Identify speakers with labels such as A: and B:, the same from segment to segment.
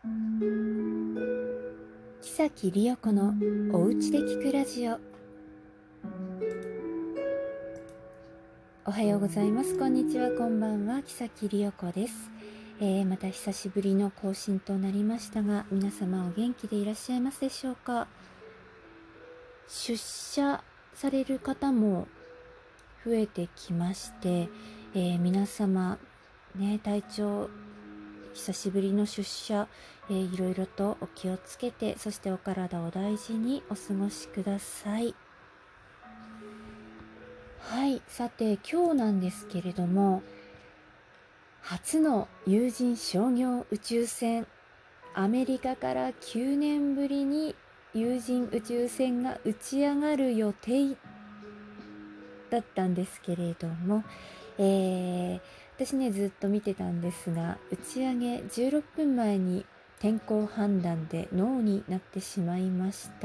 A: 木崎里代子のおうちで聞くラジオ。おはようございます、こんにちは、こんばんは。木崎里代子です。また久しぶりの更新となりましたが、皆様お元気でいらっしゃいますでしょうか。出社される方も増えてきまして、皆様ね、体調、久しぶりの出社、いろいろとお気をつけて、そしてお体を大事にお過ごしください。はい、さて今日なんですけれども、初の有人商業宇宙船、アメリカから9年ぶりに有人宇宙船が打ち上がる予定だったんですけれども、私ねずっと見てたんですが、打ち上げ16分前に天候判断でノーになってしまいました。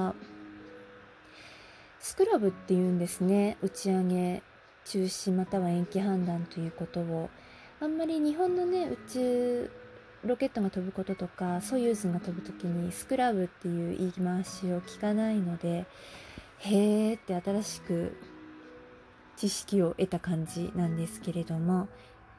A: スクラブっていうんですね、打ち上げ中止または延期判断ということを。あんまり日本のね宇宙ロケットが飛ぶこととかソユーズが飛ぶときにスクラブっていう言い回しを聞かないので、へーって新しく知識を得た感じなんですけれども、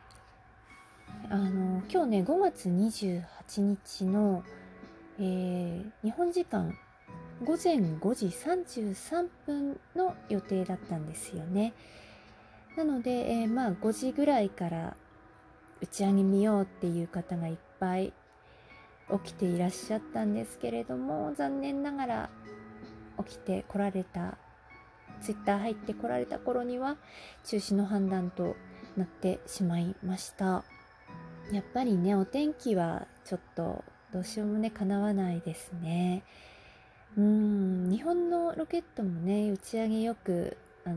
A: 今日ね5月28日の、日本時間午前5時33分の予定だったんですよね。なので、5時ぐらいから打ち上げ見ようっていう方がいっぱい起きていらっしゃったんですけれども、残念ながら起きてこられた、ツイッター入ってこられた頃には中止の判断となってしまいました。やっぱりね、お天気はちょっとどうしようもね、叶わないですね。日本のロケットもね、打ち上げよく、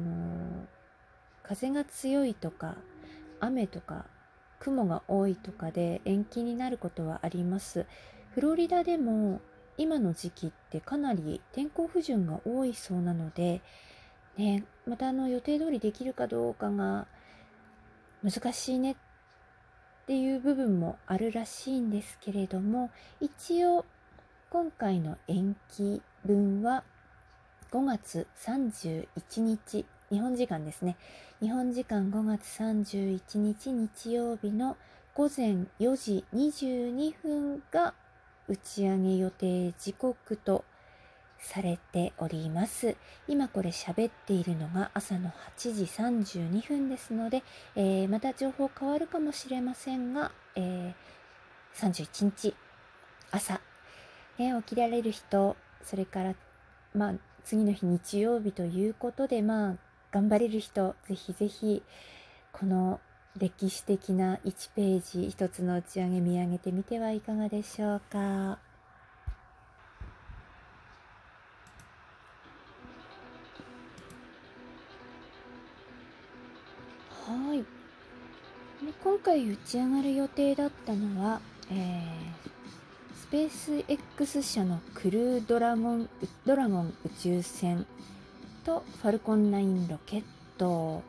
A: 風が強いとか、雨とか、雲が多いとかで延期になることはあります。フロリダでも今の時期ってかなり天候不順が多いそうなので、ね、また予定通りできるかどうかが難しいねっていう部分もあるらしいんですけれども、一応今回の延期分は5月31日、日本時間ですね。日本時間5月31日日曜日の午前4時22分が打ち上げ予定時刻とされております。今これ喋っているのが朝の8時32分ですので、また情報変わるかもしれませんが、31日朝、起きられる人、それから次の日日曜日ということで、頑張れる人、ぜひぜひこの歴史的な1ページ一つの打ち上げ見上げてみてはいかがでしょうか。はい。で今回打ち上がる予定だったのは、スペース X 社のクルードラゴン宇宙船とファルコン9ロケット、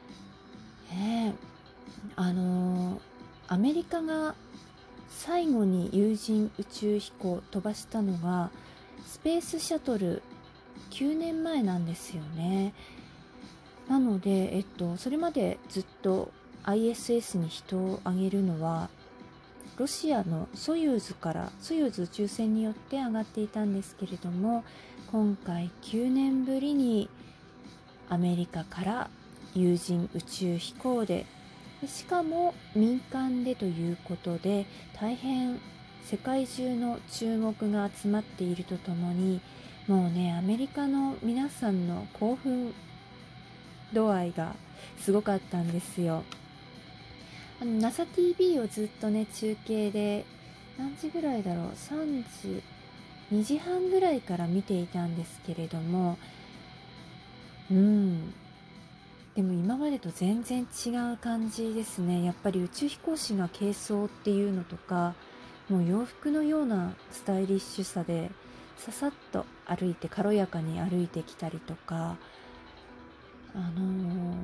A: アメリカが最後に有人宇宙飛行を飛ばしたのがスペースシャトル9年前なんですよね。なので、それまでずっと ISS に人を上げるのはロシアのソユーズ宇宙船によって上がっていたんですけれども、今回9年ぶりにアメリカから有人宇宙飛行で、しかも民間でということで大変世界中の注目が集まっているとともに、もうねアメリカの皆さんの興奮度合いがすごかったんですよ。NASATV をずっとね中継で何時ぐらいだろう、3時2時半ぐらいから見ていたんですけれども、でも今までと全然違う感じですね。やっぱり宇宙飛行士が軽装っていうのとか、もう洋服のようなスタイリッシュさでささっと歩いて軽やかに歩いてきたりとか、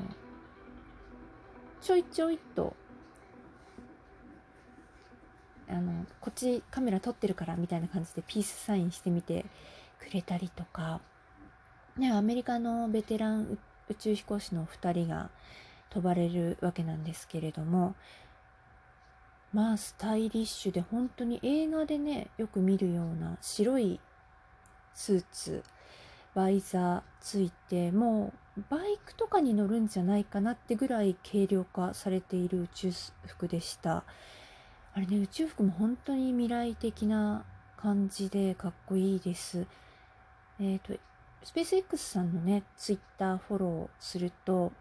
A: ちょいちょいとこっちカメラ撮ってるからみたいな感じでピースサインしてみてくれたりとか、ね、アメリカのベテラン宇宙飛行士の2人が飛ばれるわけなんですけれども、まあスタイリッシュで本当に映画でねよく見るような白いスーツ、バイザーついて、もうバイクとかに乗るんじゃないかなってぐらい軽量化されている宇宙服でした。あれね、宇宙服も本当に未来的な感じでかっこいいです。スペース X さんのねツイッターフォローすると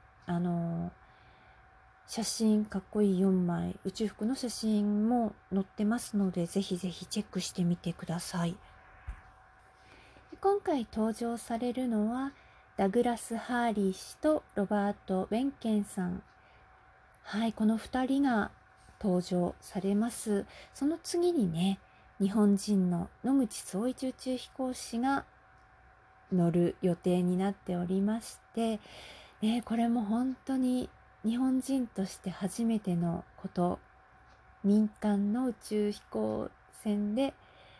A: 写真かっこいい4枚宇宙服の写真も載ってますので、ぜひぜひチェックしてみてください。今回登場されるのはダグラス・ハーリー氏とロバート・ベンケンさん。はい、この2人が登場されます。その次にね、日本人の野口聡一宇宙飛行士が乗る予定になっておりまして、ね、これも本当に日本人として初めてのこと、民間の宇宙飛行船で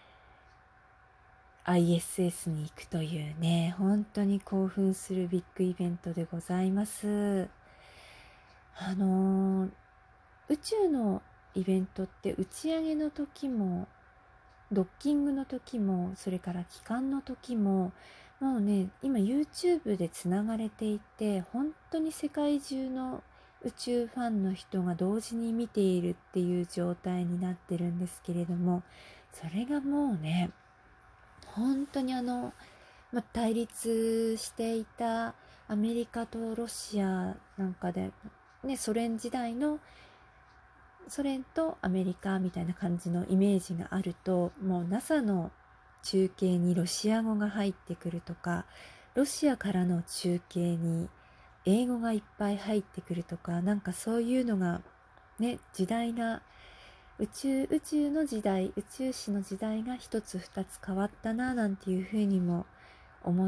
A: ISS に行くというね、本当に興奮するビッグイベントでございます。宇宙のイベントって打ち上げの時もドッキングの時も、それから帰還の時も、もうね今 YouTube でつながれていて、本当に世界中の宇宙ファンの人が同時に見ているっていう状態になってるんですけれども、それがもうね本当に対立していたアメリカとロシアなんかでね、ソ連時代のソ連とアメリカみたいな感じのイメージがあると、もう NASA の中継にロシア語が入ってくるとか、ロシアからの中継に英語がいっぱい入ってくるとか、なんかそういうのがね、時代が宇宙の時代、宇宙史の時代が一つ二つ変わったななんていうふうにも思って、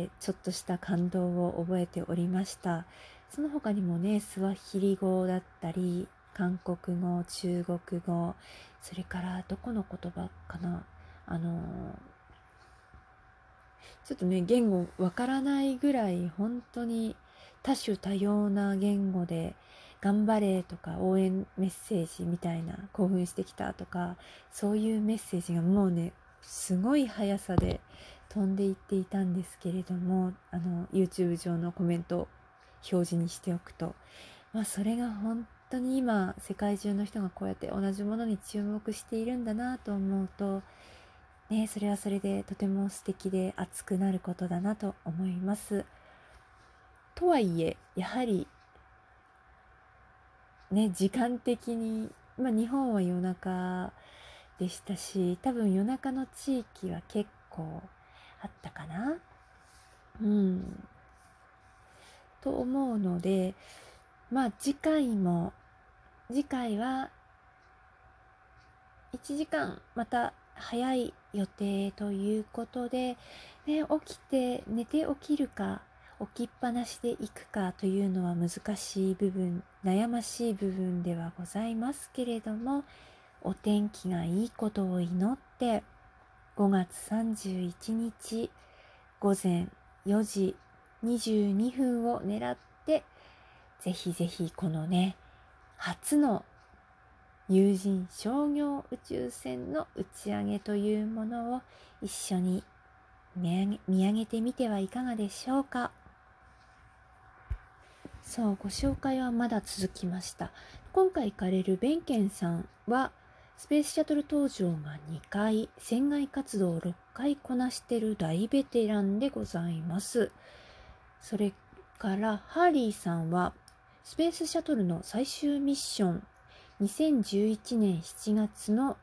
A: ちょっとした感動を覚えておりました。その他にもね、スワヒリ語だったり韓国語、中国語、それからどこの言葉かな、ちょっとね言語わからないぐらい本当に多種多様な言語で、頑張れとか応援メッセージみたいな、興奮してきたとか、そういうメッセージがもうねすごい速さで飛んでいっていたんですけれども、YouTube 上のコメントを表示にしておくと、それが本当に今世界中の人がこうやって同じものに注目しているんだなと思うとね、それはそれでとても素敵で熱くなることだなと思います。とはいえやはりね、時間的に、日本は夜中でしたし、多分夜中の地域は結構あったかな、と思うので、次回は1時間また早い予定ということで、ね、起きて寝て起きるか起きっぱなしで行くかというのは難しい部分、悩ましい部分ではございますけれども、お天気がいいことを祈って5月31日午前4時22分を狙って、ぜひぜひこのね初の有人商業宇宙船の打ち上げというものを一緒に見上げてみてはいかがでしょうか。そう、ご紹介はまだ続きました。今回行かれるベンケンさんはスペースシャトル搭乗が2回、船外活動を6回こなしている大ベテランでございます。それからハーリーさんはスペースシャトルの最終ミッション2011年7月の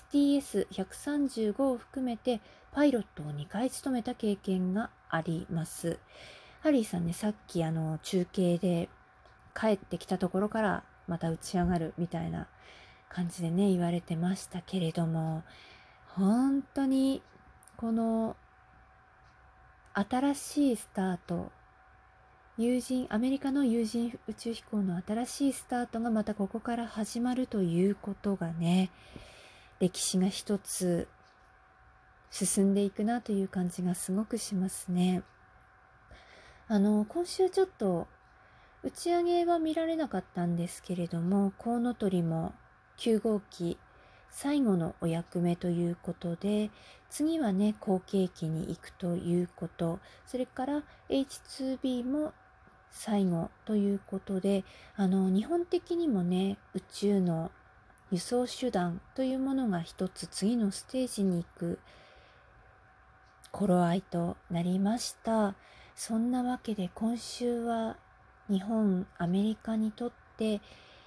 A: STS-135 を含めてパイロットを2回務めた経験があります。ハリーさんね、さっき中継で帰ってきたところからまた打ち上がるみたいな感じでね言われてましたけれども、本当にこの新しいスタート、アメリカの有人宇宙飛行の新しいスタートがまたここから始まるということがね、 歴史が一つ進んでいくなという感じがすごくしますね。今週ちょっと打ち上げは見られなかったんですけれども、コウノトリも9号機最後のお役目ということで、次はね後継機に行くということ、それから H2B も最後ということで、日本的にもね宇宙の輸送手段というものが一つ次のステージに行く頃合いとなりました。そんなわけで今週は日本、アメリカにとって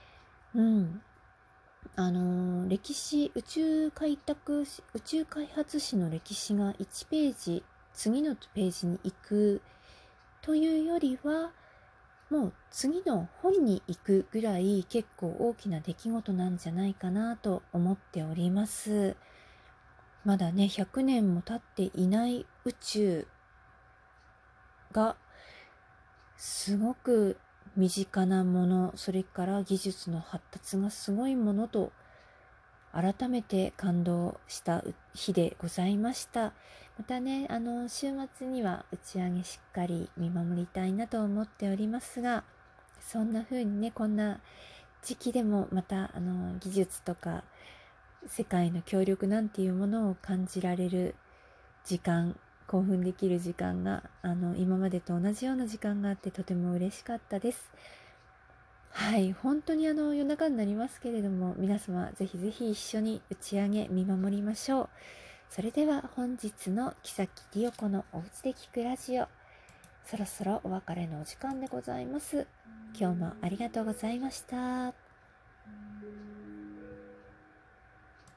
A: 歴史、宇宙開発史の歴史が1ページ次のページに行くというよりは、もう次の本に行くぐらい結構大きな出来事なんじゃないかなと思っております。まだね100年も経っていない宇宙がすごく身近なもの、それから技術の発達がすごいものと改めて感動した日でございました。またね週末には打ち上げしっかり見守りたいなと思っておりますが、そんな風にねこんな時期でもまた技術とか世界の協力なんていうものを感じられる時間、興奮できる時間が今までと同じような時間があってとても嬉しかったです。はい、本当に夜中になりますけれども、皆様ぜひぜひ一緒に打ち上げ見守りましょう。それでは本日の木崎理代子のおうちで聞くラジオ、そろそろお別れのお時間でございます。今日もありがとうございました。